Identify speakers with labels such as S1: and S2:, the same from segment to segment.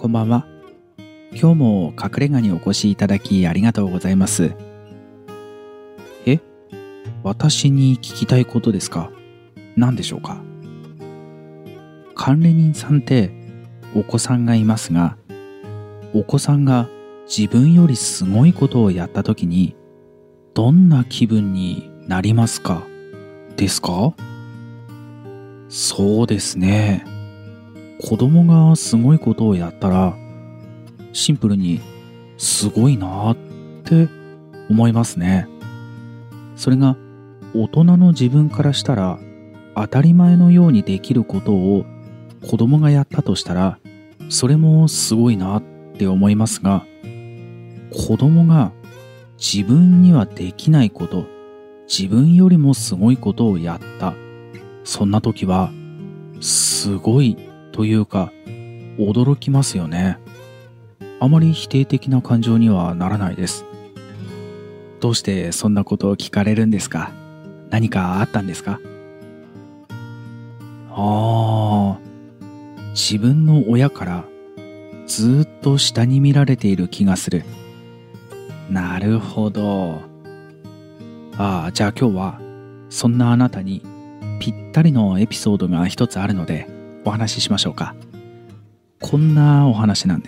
S1: こんばんは。今日も隠れ家にお越しいただきありがとうございます。私に聞きたいことですか？何でしょうか？管理人さんってお子さんがいますが、お子さんが自分よりすごいことをやったときにどんな気分になりますか？ですか？そうですね。子供がすごいことをやったらシンプルにすごいなって思いますね。それが大人の自分からしたら当たり前のようにできることを子供がやったとしたらそれもすごいなって思いますが、子供が自分にはできないこと、自分よりもすごいことをやった、そんな時はすごいというか驚きますよね。あまり否定的な感情にはならないです。どうしてそんなことを聞かれるんですか？何かあったんですか？自分の親からずっと下に見られている気がする。なるほど。じゃあ今日はそんなあなたにぴったりのエピソードが一つあるのでお話ししましょうか。こんなお話なんです。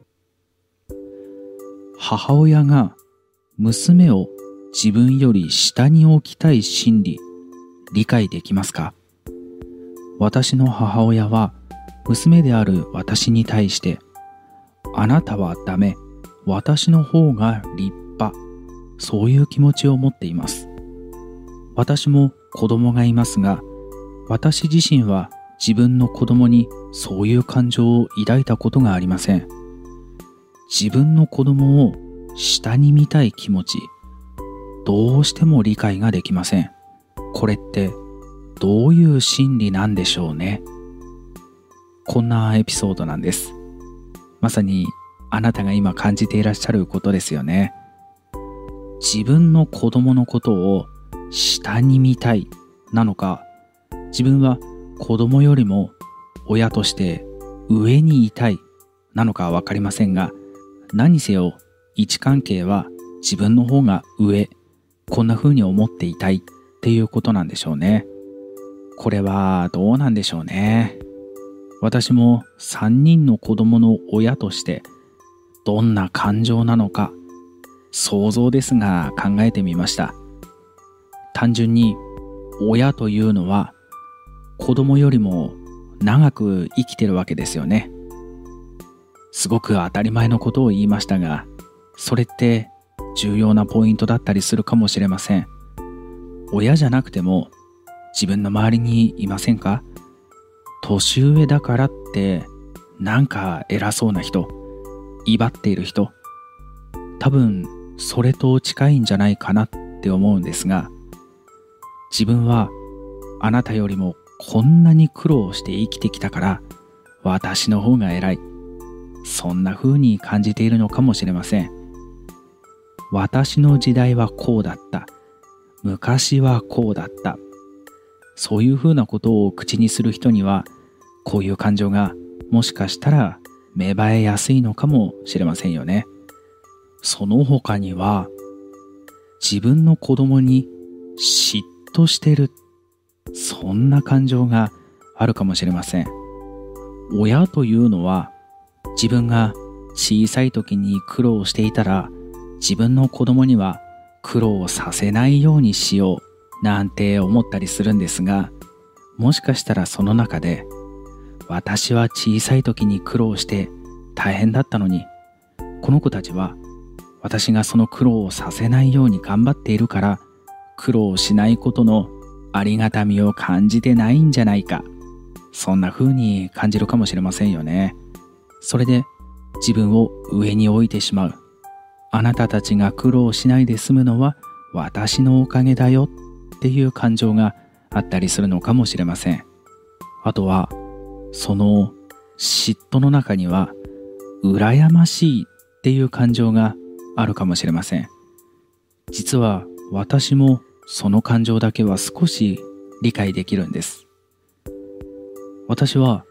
S1: 母親が娘を自分より下に置きたい心理、理解できますか？私の母親は娘である私に対して、あなたはダメ、私の方が立派、そういう気持ちを持っています。私も子供がいますが、私自身は自分の子供にそういう感情を抱いたことがありません。自分の子供を下に見たい気持ち、どうしても理解ができません。これってどういう心理なんでしょうね。こんなエピソードなんです。まさにあなたが今感じていらっしゃることですよね。自分の子供のことを下に見たいなのか、自分は子供よりも親として上にいたいなのかはわかりませんが、何せよ位置関係は自分の方が上、こんな風に思っていたいっていうことなんでしょうね。これはどうなんでしょうね。私も3人の子供の親としてどんな感情なのか想像ですが考えてみました。単純に親というのは子供よりも長く生きてるわけですよね。すごく当たり前のことを言いましたが、それって重要なポイントだったりするかもしれません。親じゃなくても自分の周りにいませんか？年上だからってなんか偉そうな人、威張っている人、多分それと近いんじゃないかなって思うんですが、自分はあなたよりもこんなに苦労して生きてきたから私の方が偉い、そんな風に感じているのかもしれません。私の時代はこうだった、昔はこうだった、そういう風なことを口にする人にはこういう感情がもしかしたら芽生えやすいのかもしれませんよね。その他には自分の子供に嫉妬してる、そんな感情があるかもしれません。親というのは自分が小さい時に苦労していたら自分の子供には苦労させないようにしようなんて思ったりするんですが、もしかしたらその中で私は小さい時に苦労して大変だったのに、この子たちは私がその苦労をさせないように頑張っているから苦労しないことのありがたみを感じてないんじゃないか、そんな風に感じるかもしれませんよね。それで自分を上に置いてしまう。あなたたちが苦労しないで済むのは私のおかげだよっていう感情があったりするのかもしれません。あとはその嫉妬の中には羨ましいっていう感情があるかもしれません。実は私もその感情だけは少し理解できるんです。私は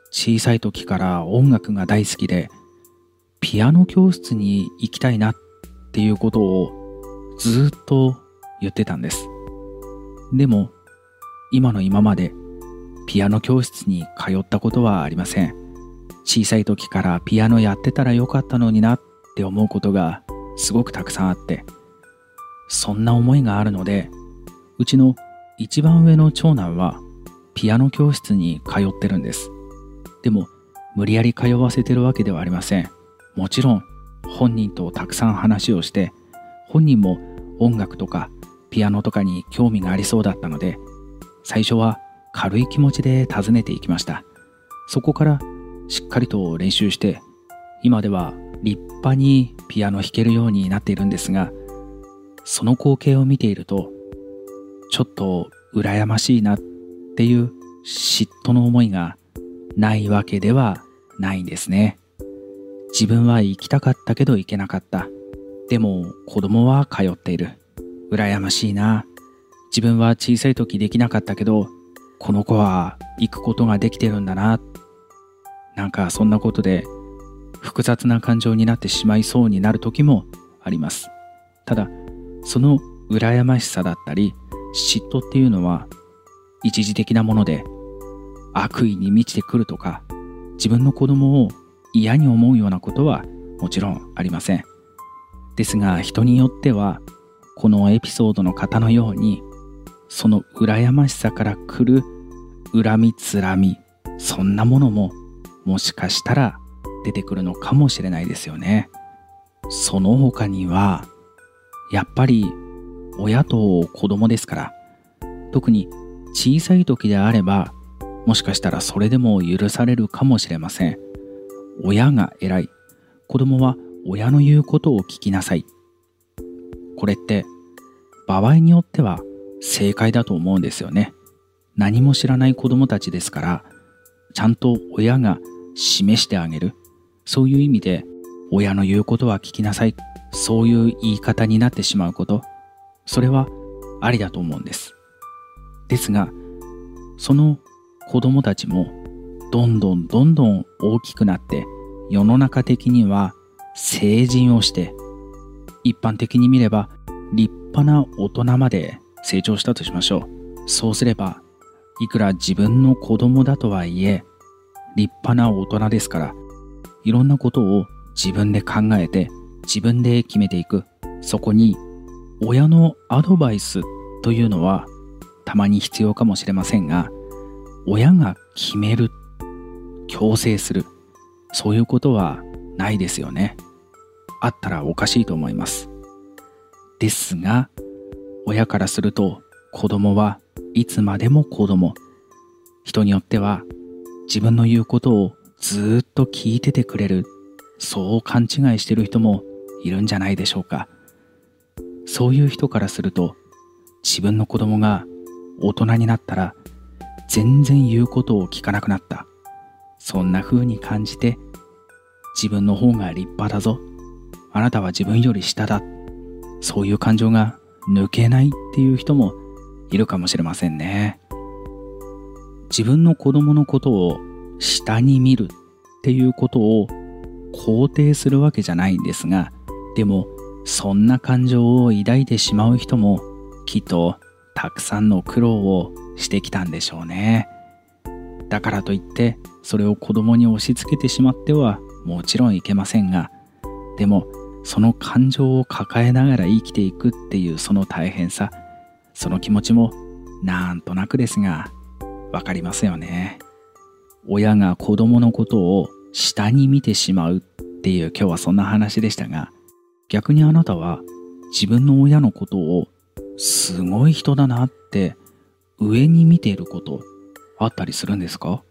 S1: 小さい時から音楽が大好きで、ピアノ教室に行きたいなっていうことをずっと言ってたんです。でも、今の今までピアノ教室に通ったことはありません。小さい時からピアノやってたらよかったのになって思うことがすごくたくさんあって、そんな思いがあるので、うちの一番上の長男はピアノ教室に通ってるんです。でも無理やり通わせてるわけではありません。もちろん本人とたくさん話をして、本人も音楽とかピアノとかに興味がありそうだったので、最初は軽い気持ちで訪ねていきました。そこからしっかりと練習して、今では立派にピアノ弾けるようになっているんですが、その光景を見ていると、ちょっと羨ましいなっていう嫉妬の思いがないわけではないんですね。自分は行きたかったけど行けなかった。でも子供は通っている。羨ましいな。自分は小さい時できなかったけど、この子は行くことができてるんだな。なんかそんなことで複雑な感情になってしまいそうになる時もあります。ただ、その羨ましさだったり嫉妬っていうのは一時的なもので、悪意に満ちてくるとか、自分の子供を嫌に思うようなことはもちろんありません。ですが、人によってはこのエピソードの方のように、その羨ましさから来る恨みつらみ、そんなものももしかしたら出てくるのかもしれないですよね。その他には、やっぱり親と子供ですから、特に小さい時であれば、もしかしたらそれでも許されるかもしれません。親が偉い。子供は親の言うことを聞きなさい。これって場合によっては正解だと思うんですよね。何も知らない子供たちですから、ちゃんと親が示してあげる。そういう意味で、親の言うことは聞きなさい。そういう言い方になってしまうこと、それはありだと思うんです。ですが、その子供たちもどんどん大きくなって、世の中的には成人をして、一般的に見れば立派な大人まで成長したとしましょう。そうすれば、いくら自分の子供だとはいえ、立派な大人ですから、いろんなことを自分で考えて、自分で決めていく。そこに親のアドバイスというのはたまに必要かもしれませんが、親が決める、強制する、そういうことはないですよね。あったらおかしいと思います。ですが、親からすると子供はいつまでも子供。人によっては自分の言うことをずっと聞いててくれる、そう勘違いしている人もいるんじゃないでしょうか。そういう人からすると、自分の子供が大人になったら全然言うことを聞かなくなった、そんな風に感じて、自分の方が立派だぞ、あなたは自分より下だ、そういう感情が抜けないっていう人もいるかもしれませんね。自分の子供のことを下に見るっていうことを肯定するわけじゃないんですが、でもそんな感情を抱いてしまう人もきっとたくさんの苦労をしてきたんでしょうね。だからといってそれを子供に押し付けてしまってはもちろんいけませんが、でもその感情を抱えながら生きていくっていうその大変さ、その気持ちもなんとなくですがわかりますよね。親が子供のことを下に見てしまうっていう今日はそんな話でしたが、逆にあなたは自分の親のことをすごい人だなって上に見ていることあったりするんですか？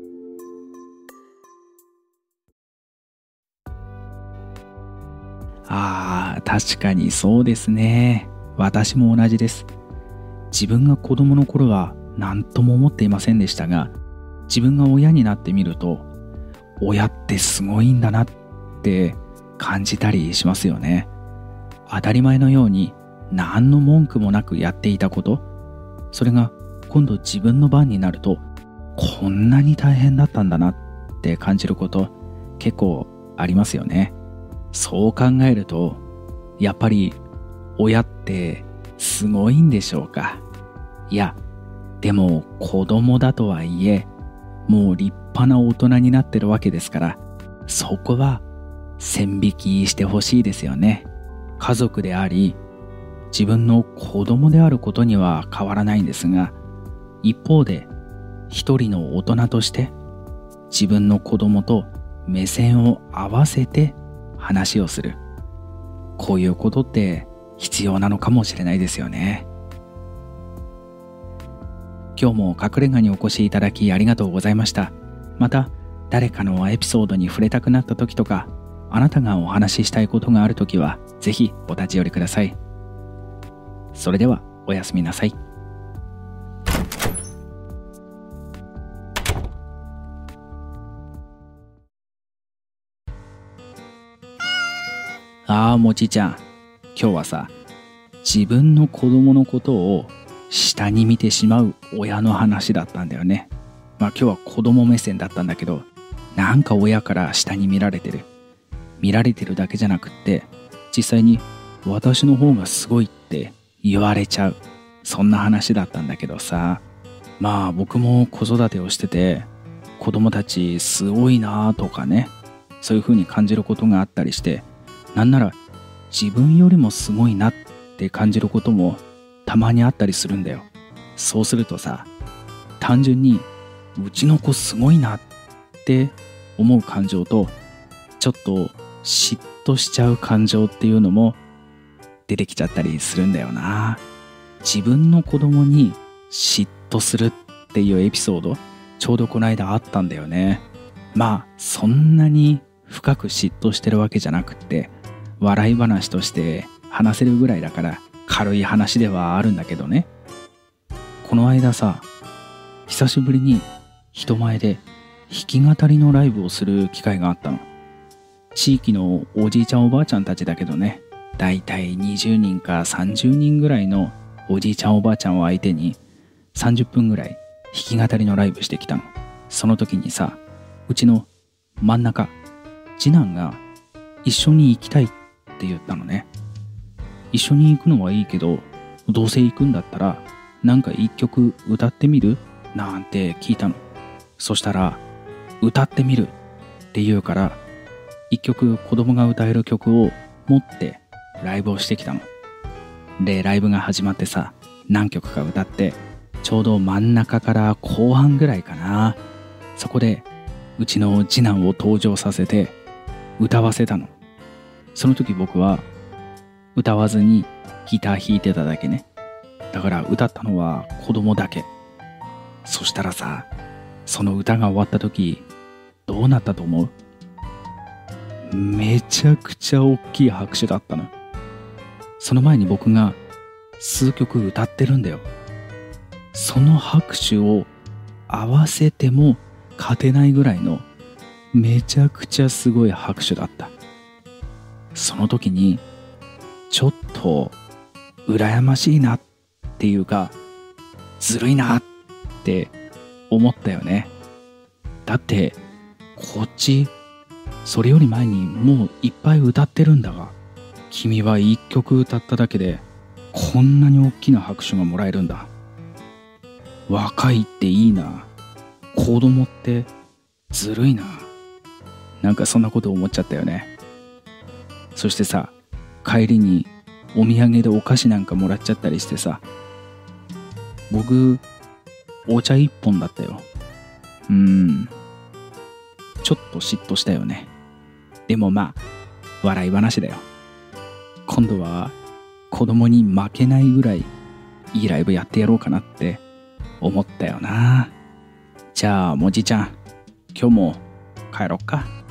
S1: 確かにそうですね。私も同じです。自分が子供の頃は何とも思っていませんでしたが、自分が親になってみると、親ってすごいんだなって感じたりしますよね。当たり前のように何の文句もなくやっていたこと、それが今度自分の番になるとこんなに大変だったんだなっって感じること結構ありますよね。そう考えるとやっぱり親ってすごいんでしょうか。いや、でも子供だとはいえもう立派な大人になってるわけですから、そこは線引きしてほしいですよね。家族であり自分の子供であることには変わらないんですが、一方で一人の大人として自分の子供と目線を合わせて話をする、こういうことって必要なのかもしれないですよね。今日も隠れ家にお越しいただきありがとうございました。また誰かのエピソードに触れたくなった時とか、あなたがお話ししたいことがある時はぜひお立ち寄りください。それではおやすみなさい。もちちゃん、今日はさ、自分の子供のことを下に見てしまう親の話だったんだよね。今日は子供目線だったんだけど、なんか親から下に見られてるだけじゃなくって、実際に私の方がすごいって言われちゃう、そんな話だったんだけどさ、僕も子育てをしてて子供たちすごいなとかね、そういう風に感じることがあったりして、なんなら自分よりもすごいなって感じることもたまにあったりするんだよ。そうするとさ、単純にうちの子すごいなって思う感情と、ちょっと嫉妬しちゃう感情っていうのも出てきちゃったりするんだよな。自分の子供に嫉妬するっていうエピソード、ちょうどこの間あったんだよね。そんなに深く嫉妬してるわけじゃなくって、笑い話として話せるぐらいだから軽い話ではあるんだけどね。この間さ、久しぶりに人前で弾き語りのライブをする機会があったの。地域のおじいちゃんおばあちゃんたちだけどね、だいたい20人か30人ぐらいのおじいちゃんおばあちゃんを相手に30分ぐらい弾き語りのライブしてきたの。その時にさ、うちの真ん中次男が一緒に行きたいって言ったのね。一緒に行くのはいいけど、どうせ行くんだったらなんか一曲歌ってみるなんて聞いたの。そしたら歌ってみるって言うから、一曲子供が歌える曲を持ってライブをしてきたの。でライブが始まってさ、何曲か歌って、ちょうど真ん中から後半ぐらいかな、そこでうちの次男を登場させて歌わせたの。その時僕は歌わずにギター弾いてただけね。だから歌ったのは子供だけ。そしたらさ、その歌が終わった時どうなったと思う？めちゃくちゃ大きい拍手だったの。その前に僕が数曲歌ってるんだよ。その拍手を合わせても勝てないぐらいのめちゃくちゃすごい拍手だった。その時にちょっと羨ましいなっていうか、ずるいなって思ったよね。だってこっちそれより前にもういっぱい歌ってるんだが、君は一曲歌っただけでこんなに大きな拍手がもらえるんだ。若いっていいな、子供ってずるいな、なんかそんなこと思っちゃったよね。そしてさ、帰りにお土産でお菓子なんかもらっちゃったりしてさ、僕お茶一本だったよ。ちょっと嫉妬したよね。でも笑い話だよ。今度は子供に負けないぐらいいいライブやってやろうかなって思ったよな。じゃあもじちゃん、今日も帰ろっか。